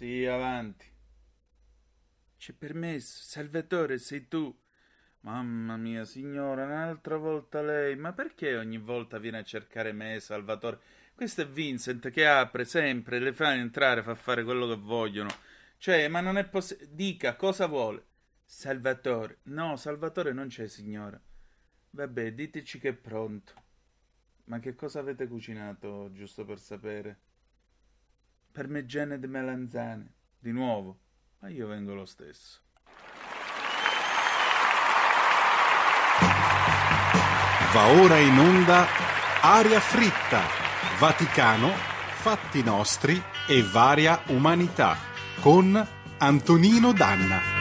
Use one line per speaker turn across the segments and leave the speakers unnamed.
Sì, avanti. C'è permesso, Salvatore, sei tu. Mamma mia, signora, un'altra volta lei. Ma perché ogni volta viene a cercare me, Salvatore? Questo è Vincent che apre sempre, le fa entrare, fa fare quello che vogliono. Cioè, ma non è possibile. Dica, cosa vuole? Salvatore. No, Salvatore non c'è, signora. Vabbè, diteci che è pronto. Ma che cosa avete cucinato, giusto per sapere? Parmigiane di melanzane. Di nuovo? Ma io vengo lo stesso.
Va ora in onda Aria fritta, Vaticano, fatti nostri e varia umanità con Antonino Danna.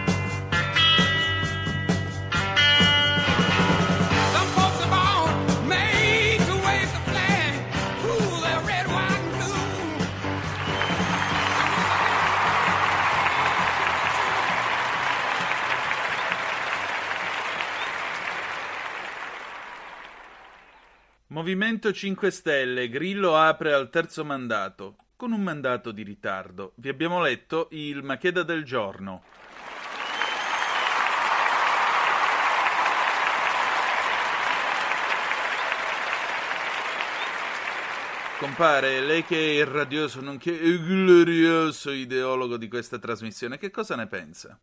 Movimento 5 Stelle, Grillo apre al terzo mandato, con un mandato di ritardo. Vi abbiamo letto il Macheda del giorno. Compare, lei che è il radioso nonché il glorioso ideologo di questa trasmissione, che cosa ne pensa?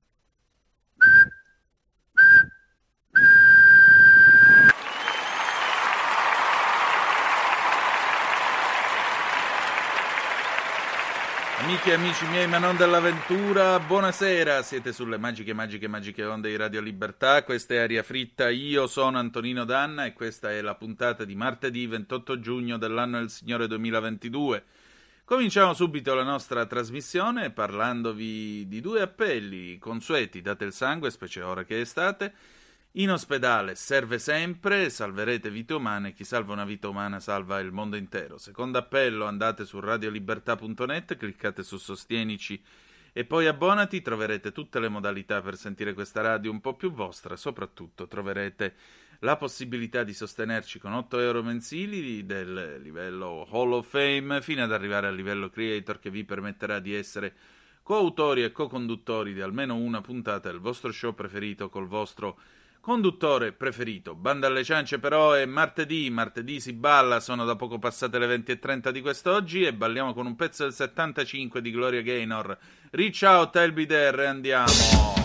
Amiche e amici miei, ma non dell'avventura, buonasera, siete sulle magiche onde di Radio Libertà, questa è Aria Fritta, io sono Antonino Danna e questa è la puntata di martedì 28 giugno dell'anno del Signore 2022. Cominciamo subito la nostra trasmissione parlandovi di due appelli consueti: date il sangue, specie ora che è estate. In ospedale serve sempre, salverete vite umane, chi salva una vita umana salva il mondo intero. Secondo appello, andate su radiolibertà.net, cliccate su Sostienici e poi abbonati, troverete tutte le modalità per sentire questa radio un po' più vostra, soprattutto troverete la possibilità di sostenerci con 8 euro mensili del livello Hall of Fame fino ad arrivare al livello Creator, che vi permetterà di essere coautori e co-conduttori di almeno una puntata del vostro show preferito col vostro conduttore preferito. Banda alle ciance però, è martedì si balla, sono da poco passate le 20:30 di quest'oggi e balliamo con un pezzo del 75 di Gloria Gaynor. Reach out, I'll be there, e andiamo!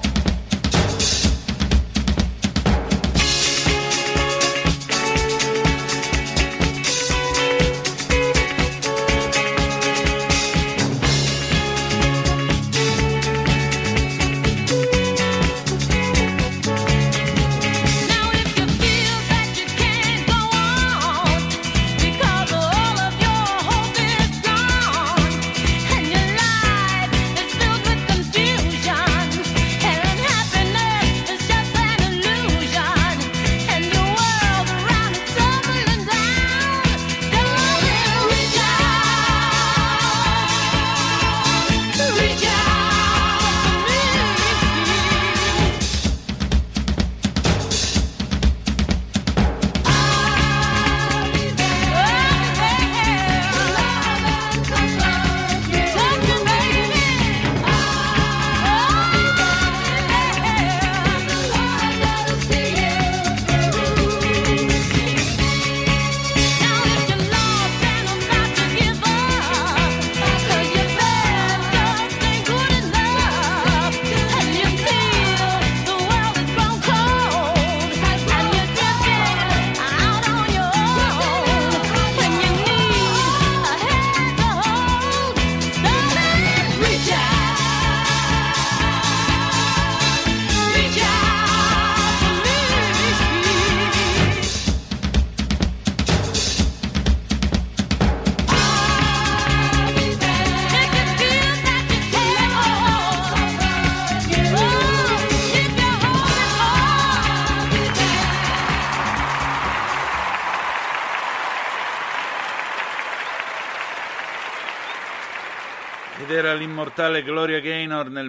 Ed era l'immortale Gloria Gaynor nel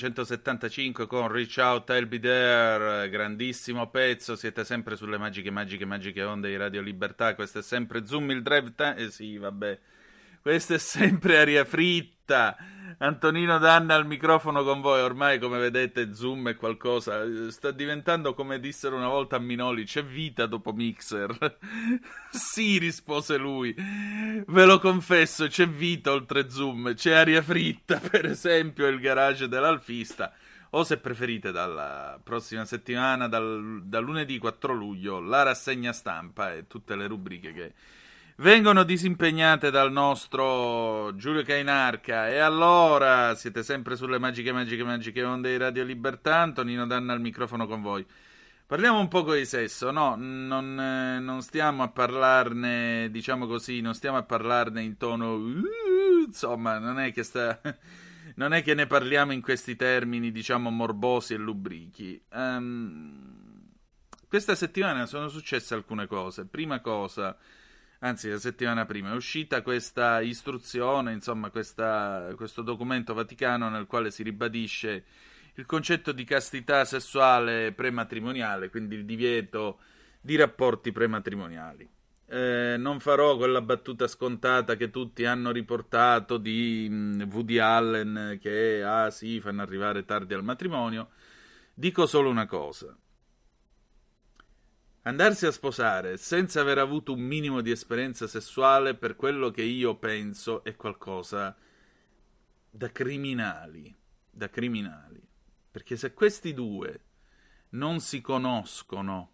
1975 con Reach Out, I'll Be There, grandissimo pezzo. Siete sempre sulle magiche onde di Radio Libertà. Questo è sempre Zoom il Drive Time. Sì, vabbè. Questa è sempre Aria Fritta. Antonino Danna al microfono con voi. Ormai, come vedete, Zoom è qualcosa. Sta diventando, come dissero una volta a Minoli, c'è vita dopo Mixer. Sì, rispose lui. Ve lo confesso, c'è vita oltre Zoom. C'è Aria Fritta, per esempio, il garage dell'Alfista. O, se preferite, dalla prossima settimana, dal lunedì 4 luglio, la rassegna stampa e tutte le rubriche che vengono disimpegnate dal nostro Giulio Cainarca. E allora, siete sempre sulle magiche onde di Radio Libertà. Antonino Danna al microfono con voi. Parliamo un poco di sesso, no? Non stiamo a parlarne, diciamo così, non stiamo a parlarne in tono... insomma, non è che ne parliamo in questi termini, diciamo, morbosi e lubrichi. Questa settimana sono successe alcune cose. Prima cosa... Anzi, la settimana prima è uscita questa istruzione, insomma, questo documento vaticano nel quale si ribadisce il concetto di castità sessuale prematrimoniale, quindi il divieto di rapporti prematrimoniali. Non farò quella battuta scontata che tutti hanno riportato di Woody Allen che, sì, fanno arrivare tardi al matrimonio. Dico solo una cosa. Andarsi a sposare senza aver avuto un minimo di esperienza sessuale, per quello che io penso, è qualcosa da criminali. Perché se questi due non si conoscono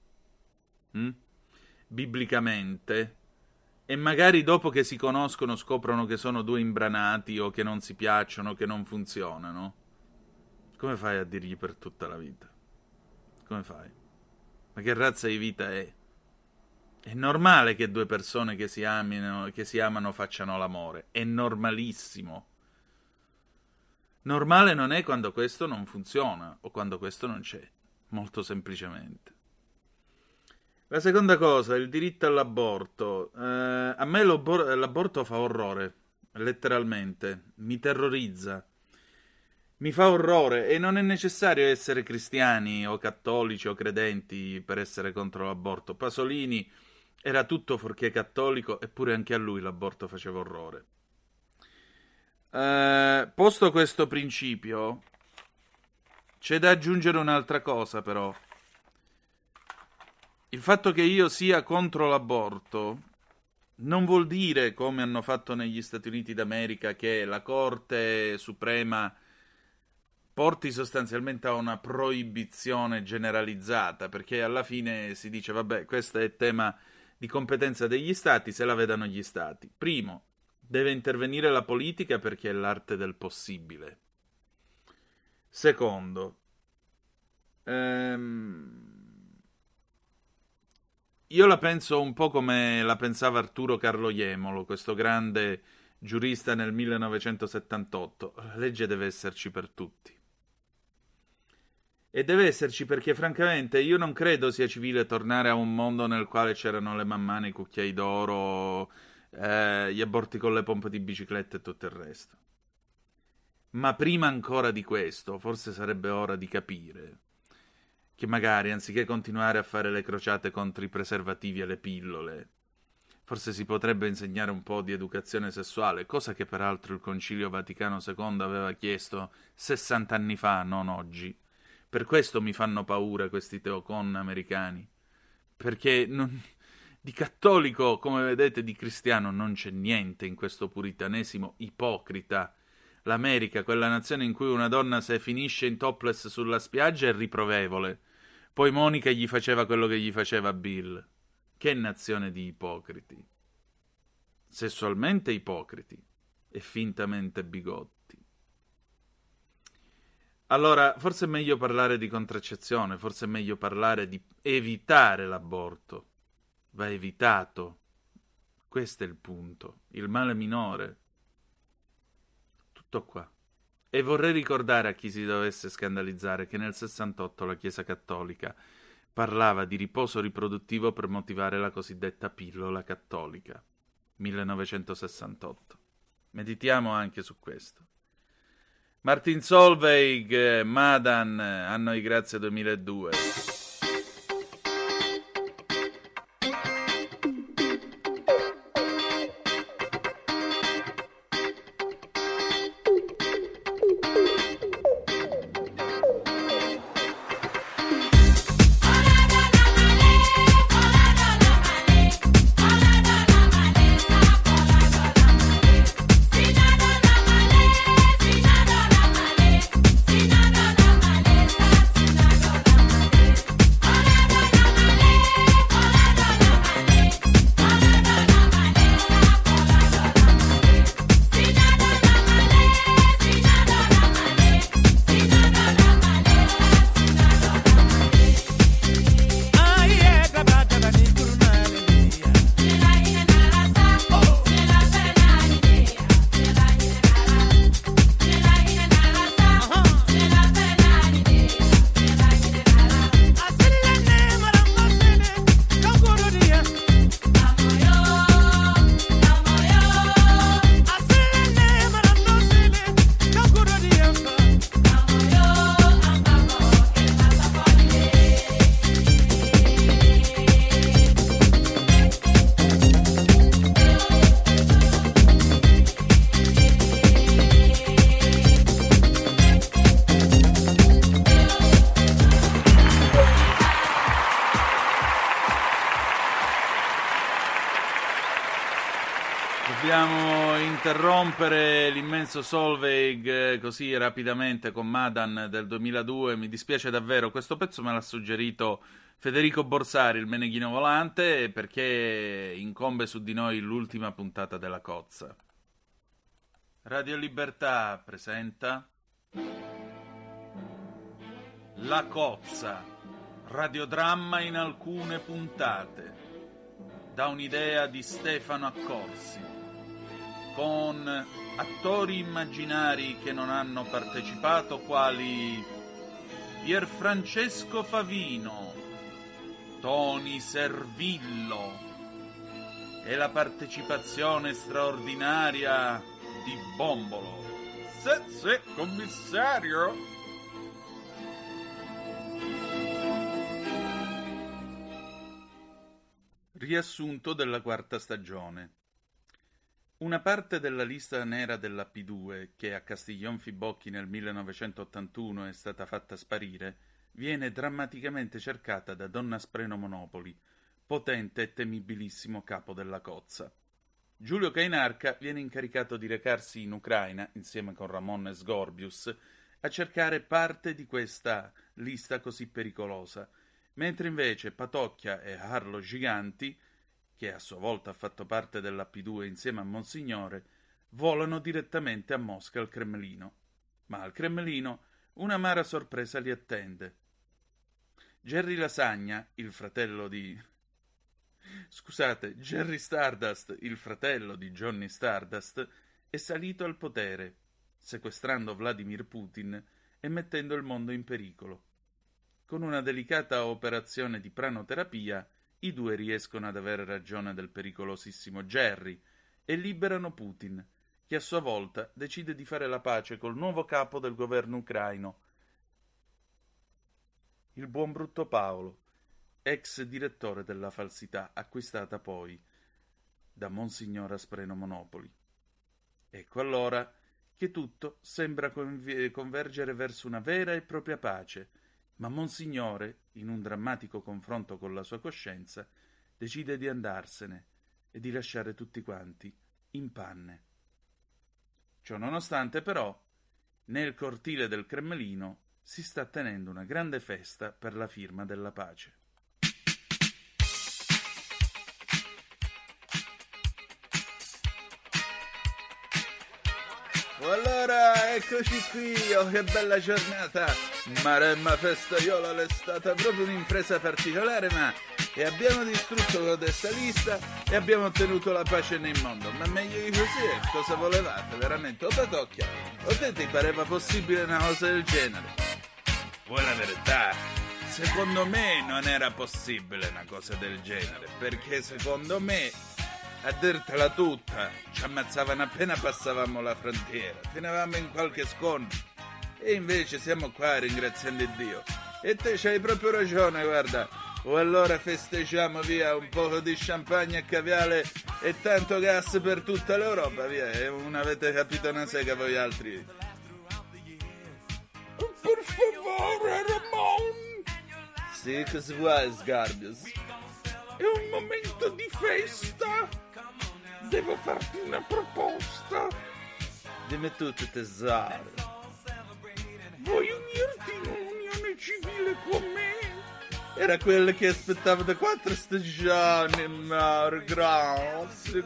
biblicamente e magari dopo che si conoscono scoprono che sono due imbranati o che non si piacciono, che non funzionano, come fai a dirgli per tutta la vita? Come fai? Ma che razza di vita è? È normale che due persone che si amano facciano l'amore. È normalissimo. Normale non è quando questo non funziona o quando questo non c'è. Molto semplicemente. La seconda cosa, il diritto all'aborto. A me l'aborto fa orrore, letteralmente. Mi terrorizza. Mi fa orrore, e non è necessario essere cristiani o cattolici o credenti per essere contro l'aborto. Pasolini era tutto fuorché cattolico, eppure anche a lui l'aborto faceva orrore. Posto questo principio, c'è da aggiungere un'altra cosa però. Il fatto che io sia contro l'aborto non vuol dire, come hanno fatto negli Stati Uniti d'America, che la Corte Suprema porti sostanzialmente a una proibizione generalizzata, perché alla fine si dice, vabbè, questo è tema di competenza degli stati, se la vedano gli stati. Primo, deve intervenire la politica perché è l'arte del possibile. Secondo, io la penso un po' come la pensava Arturo Carlo Jemolo, questo grande giurista nel 1978. La legge deve esserci per tutti. E deve esserci perché, francamente, io non credo sia civile tornare a un mondo nel quale c'erano le mammane, i cucchiai d'oro, gli aborti con le pompe di bicicletta e tutto il resto. Ma prima ancora di questo, forse sarebbe ora di capire che magari, anziché continuare a fare le crociate contro i preservativi e le pillole, forse si potrebbe insegnare un po' di educazione sessuale, cosa che peraltro il Concilio Vaticano II aveva chiesto 60 anni fa, non oggi. Per questo mi fanno paura questi teocon americani, perché di cattolico, come vedete, di cristiano non c'è niente in questo puritanesimo ipocrita. L'America, quella nazione in cui una donna se finisce in topless sulla spiaggia è riprovevole. Poi Monica gli faceva quello che gli faceva Bill. Che nazione di ipocriti. Sessualmente ipocriti e fintamente bigotti. Allora, forse è meglio parlare di contraccezione, forse è meglio parlare di evitare l'aborto. Va evitato. Questo è il punto, il male minore. Tutto qua. E vorrei ricordare a chi si dovesse scandalizzare che nel 68 la Chiesa Cattolica parlava di riposo riproduttivo per motivare la cosiddetta pillola cattolica. 1968. Meditiamo anche su questo. Martin Solveig, Madan, anno di grazia 2002. Dobbiamo interrompere l'immenso Solveig così rapidamente con Madan del 2002. Mi dispiace davvero, questo pezzo me l'ha suggerito Federico Borsari, il Meneghino Volante, perché incombe su di noi l'ultima puntata della Cozza. Radio Libertà presenta La Cozza, radiodramma in alcune puntate, da un'idea di Stefano Accorsi, con attori immaginari che non hanno partecipato, quali Pierfrancesco Favino, Toni Servillo e la partecipazione straordinaria di Bombolo. Se, commissario! Riassunto della quarta stagione. Una parte della lista nera della P2, che a Castiglion Fibocchi nel 1981 è stata fatta sparire, viene drammaticamente cercata da Don Aspreno Monopoli, potente e temibilissimo capo della Cozza. Giulio Cainarca viene incaricato di recarsi in Ucraina, insieme con Ramon Sgorbius, a cercare parte di questa lista così pericolosa, mentre invece Patocchia e Arlo Giganti, che a sua volta ha fatto parte della P2 insieme a Monsignore, volano direttamente a Mosca al Cremlino. Ma al Cremlino un'amara sorpresa li attende. Jerry Lasagna, il fratello di... Jerry Stardust, il fratello di Johnny Stardust, è salito al potere, sequestrando Vladimir Putin e mettendo il mondo in pericolo. Con una delicata operazione di pranoterapia, i due riescono ad avere ragione del pericolosissimo Jerry e liberano Putin, che a sua volta decide di fare la pace col nuovo capo del governo ucraino, il buon brutto Paolo, ex direttore della falsità, acquistata poi da Monsignor Aspreno Monopoli. Ecco allora che tutto sembra convergere verso una vera e propria pace, ma Monsignore, in un drammatico confronto con la sua coscienza, decide di andarsene e di lasciare tutti quanti in panne. Ciò nonostante, però, nel cortile del Cremlino si sta tenendo una grande festa per la firma della pace. Allora, eccoci qui, oh che bella giornata, Maremma festaiola, l'estata, proprio un'impresa particolare, ma e abbiamo distrutto con questa lista e abbiamo ottenuto la pace nel mondo, ma meglio di così, cosa volevate veramente? O Patocchia, o te ti pareva possibile una cosa del genere? Vuoi la verità? Secondo me non era possibile una cosa del genere, perché secondo me, a dirtela tutta, ci ammazzavano appena passavamo la frontiera, tenevamo in qualche scontro, e invece siamo qua ringraziando Dio. E te c'hai proprio ragione, guarda, o allora festeggiamo via un po' di champagne e caviale e tanto gas per tutta l'Europa, via, e non avete capito una sega voi altri. Per favore, Ramon! Sì, cosa vuoi, Sgarbius? È un momento di festa! Devo farti una proposta. Dimmi tutto, tesoro. Vuoi unirti in un'unione civile con me? Era quello che aspettavo da 4 stagioni, amore. Grazie.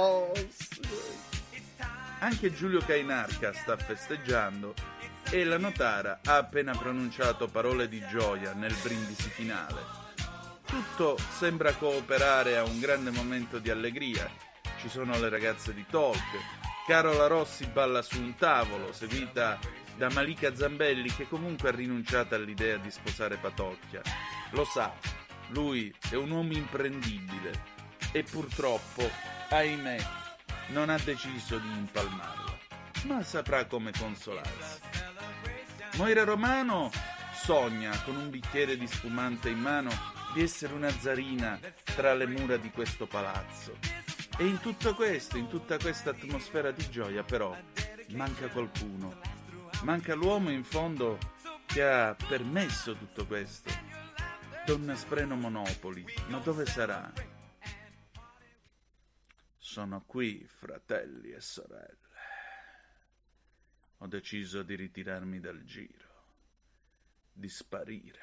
Anche Giulio Cainarca sta festeggiando e la notara ha appena pronunciato parole di gioia nel brindisi finale. Tutto sembra cooperare a un grande momento di allegria. Ci sono le ragazze di Talk, Carola Rossi balla su un tavolo, seguita da Malika Zambelli, che comunque ha rinunciato all'idea di sposare Patocchia. Lo sa, lui è un uomo imprendibile e purtroppo, ahimè, non ha deciso di impalmarla, ma saprà come consolarsi. Moira Romano sogna, con un bicchiere di spumante in mano, di essere una zarina tra le mura di questo palazzo. E in tutto questo, in tutta questa atmosfera di gioia, però, manca qualcuno. Manca l'uomo, in fondo, che ha permesso tutto questo. Don Aspreno Monopoli, ma dove sarà? Sono qui, fratelli e sorelle. Ho deciso di ritirarmi dal giro, di sparire.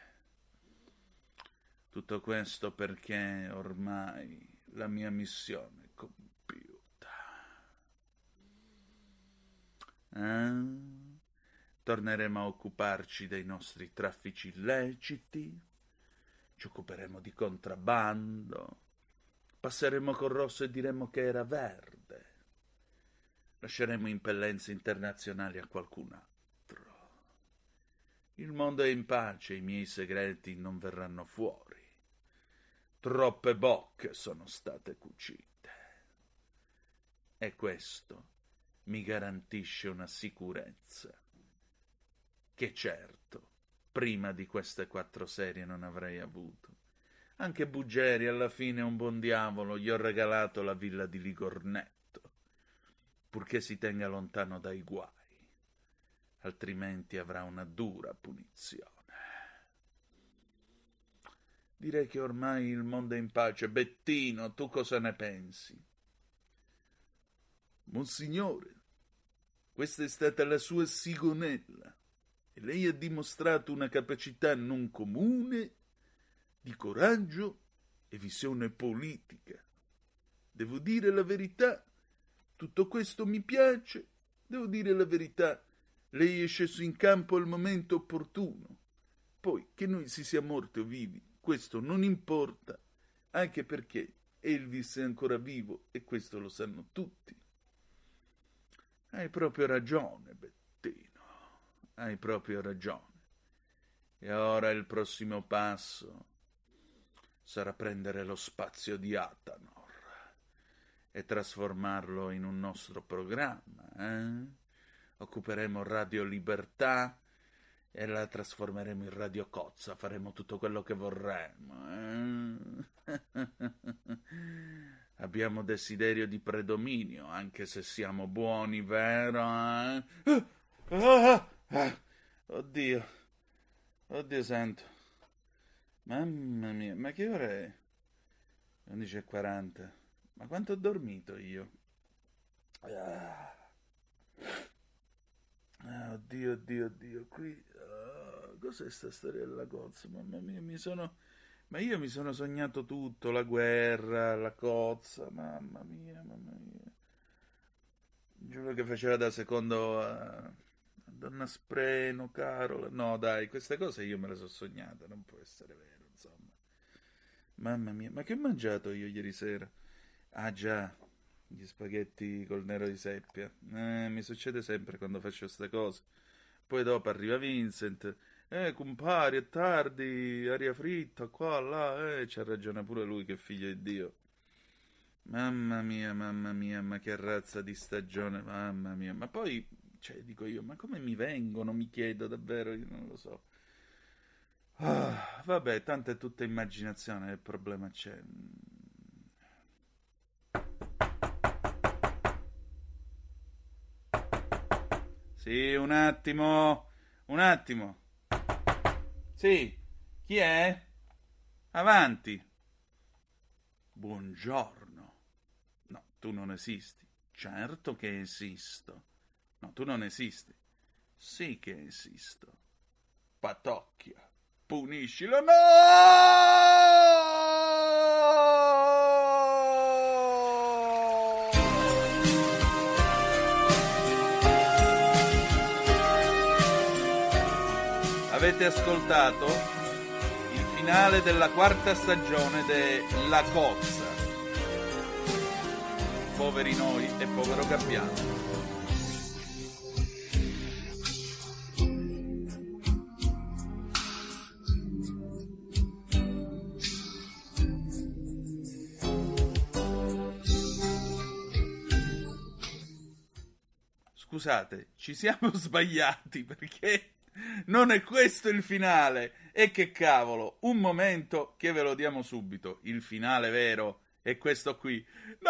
Tutto questo perché ormai la mia missione è compiuta. Torneremo a occuparci dei nostri traffici illeciti, ci occuperemo di contrabbando, passeremo col rosso e diremo che era verde, lasceremo impellenze internazionali a qualcun altro. Il mondo è in pace, i miei segreti non verranno fuori. Troppe bocche sono state cucite. E questo mi garantisce una sicurezza che certo, prima di queste 4 serie non avrei avuto. Anche Buggeri alla fine è un buon diavolo, gli ho regalato la villa di Ligornetto, purché si tenga lontano dai guai, altrimenti avrà una dura punizione. Direi che ormai il mondo è in pace. Bettino, tu cosa ne pensi?
Monsignore, questa è stata la sua sigonella e lei ha dimostrato una capacità non comune di coraggio e visione politica. Devo dire la verità, tutto questo mi piace, devo dire la verità, lei è sceso in campo al momento opportuno. Poi, che noi si sia morti o vivi, questo non importa, anche perché Elvis è ancora vivo e questo lo sanno tutti. Hai proprio ragione, Bettino, hai proprio ragione. E ora il prossimo passo sarà prendere lo spazio di Atanor e trasformarlo in un nostro programma. Occuperemo Radio Libertà e la trasformeremo in Radio Cozza, faremo tutto quello che vorremmo. Abbiamo desiderio di predominio, anche se siamo buoni, vero? Oddio santo, mamma mia, ma che ora è? 11:40, ma quanto ho dormito io? Oddio, qui cos'è sta storia della cozza? Mamma mia, ma io mi sono sognato tutto, la guerra, la cozza, mamma mia. Giuro che faceva da secondo a Donna Spreno, Carola. No, dai, queste cose io me le so sognate, non può essere vero, insomma. Mamma mia, ma che ho mangiato io ieri sera? Ah già, gli spaghetti col nero di seppia. Mi succede sempre quando faccio queste cose. Poi dopo arriva Vincent. Compare, è tardi, aria fritta, qua, là. C'ha ragione pure lui che è figlio di Dio. Mamma mia, ma che razza di stagione, mamma mia. Ma poi, dico io, ma come mi vengono, mi chiedo davvero, io non lo so. Vabbè, tanto è tutta immaginazione, il problema c'è. Sì, un attimo. Sì, chi è? Avanti. Buongiorno. No, tu non esisti. Certo che esisto. No, tu non esisti. Sì che esisto. Patocchia, puniscilo. No! Avete ascoltato il finale della 4ª stagione de La Cozza. Poveri noi e povero Gabbiano. Scusate, ci siamo sbagliati perché non è questo il finale. E che cavolo, un momento che ve lo diamo subito. Il finale vero è questo qui. No!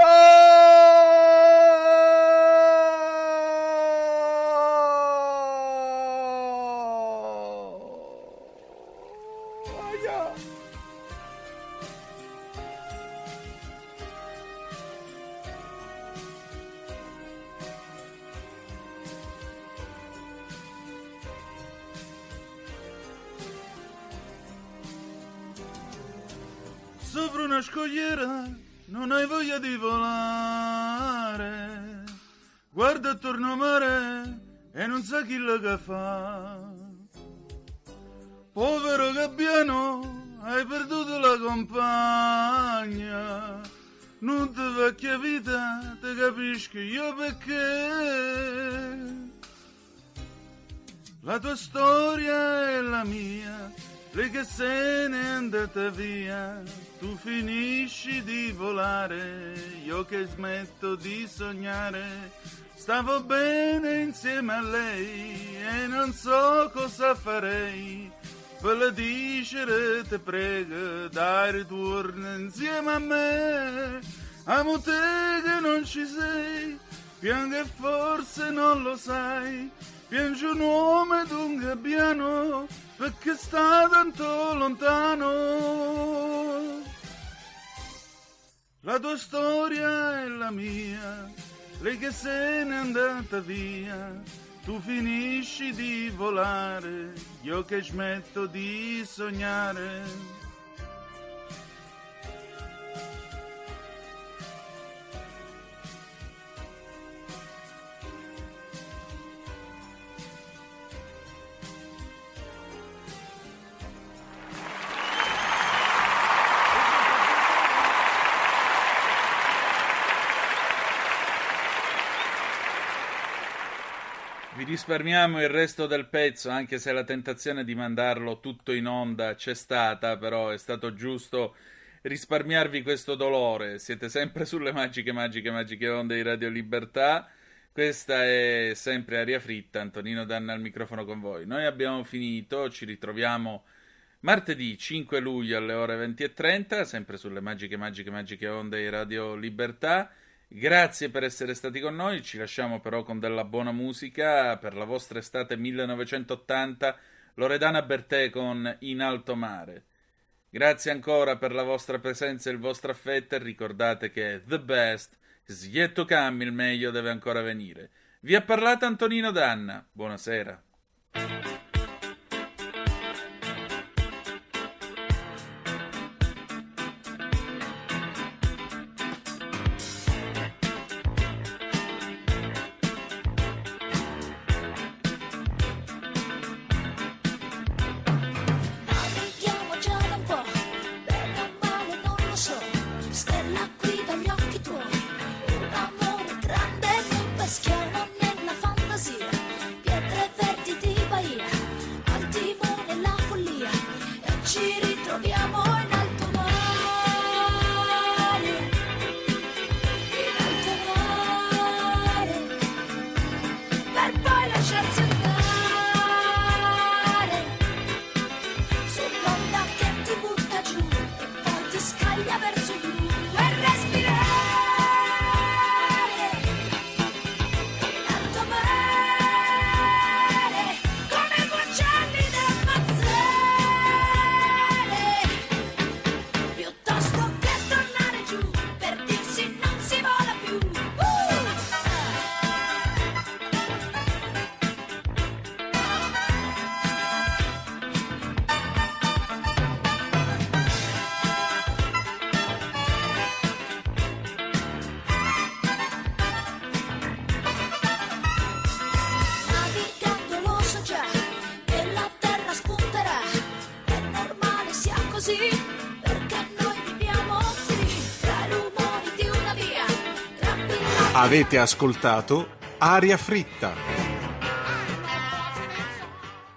Aia! sopra una scogliera, non hai voglia di volare. Guarda attorno mare e non sa chi lo che fa. Povero gabbiano, hai perduto la compagna. Non ti vecchia vita, te capisco io perché. La tua storia è la mia, lei che se n'è andata via. Tu finisci di volare, io che smetto di sognare. Stavo bene insieme a lei e non so cosa farei. Per la dicere te prego, dai ritorno insieme a me. Amo te che non ci sei, piango e forse non lo sai. Piange un uomo ed un gabbiano perché sta tanto lontano. La tua storia è la mia, lei che se n'è andata via. Tu finisci di volare, io che smetto di sognare.
Vi risparmiamo il resto del pezzo, anche se la tentazione di mandarlo tutto in onda c'è stata, però è stato giusto risparmiarvi questo dolore. Siete sempre sulle magiche onde di Radio Libertà. Questa è sempre Aria Fritta, Antonino Danna al microfono con voi. Noi abbiamo finito, ci ritroviamo martedì 5 luglio alle ore 20:30, sempre sulle magiche onde di Radio Libertà. Grazie per essere stati con noi, ci lasciamo però con della buona musica per la vostra estate 1980, Loredana Bertè con In alto mare. Grazie ancora per la vostra presenza e il vostro affetto e ricordate che the best is yet to come, il meglio deve ancora venire. Vi ha parlato Antonino Danna, buonasera.
Schiavo nella fantasia, pietre verdi di Bahia, al timone e la follia, e ci ritroviamo in alto mare, per poi lasciarsi andare, sull'onda che ti butta giù, e poi ti scaglia verso il blu, e respirare.
Avete ascoltato Aria Fritta.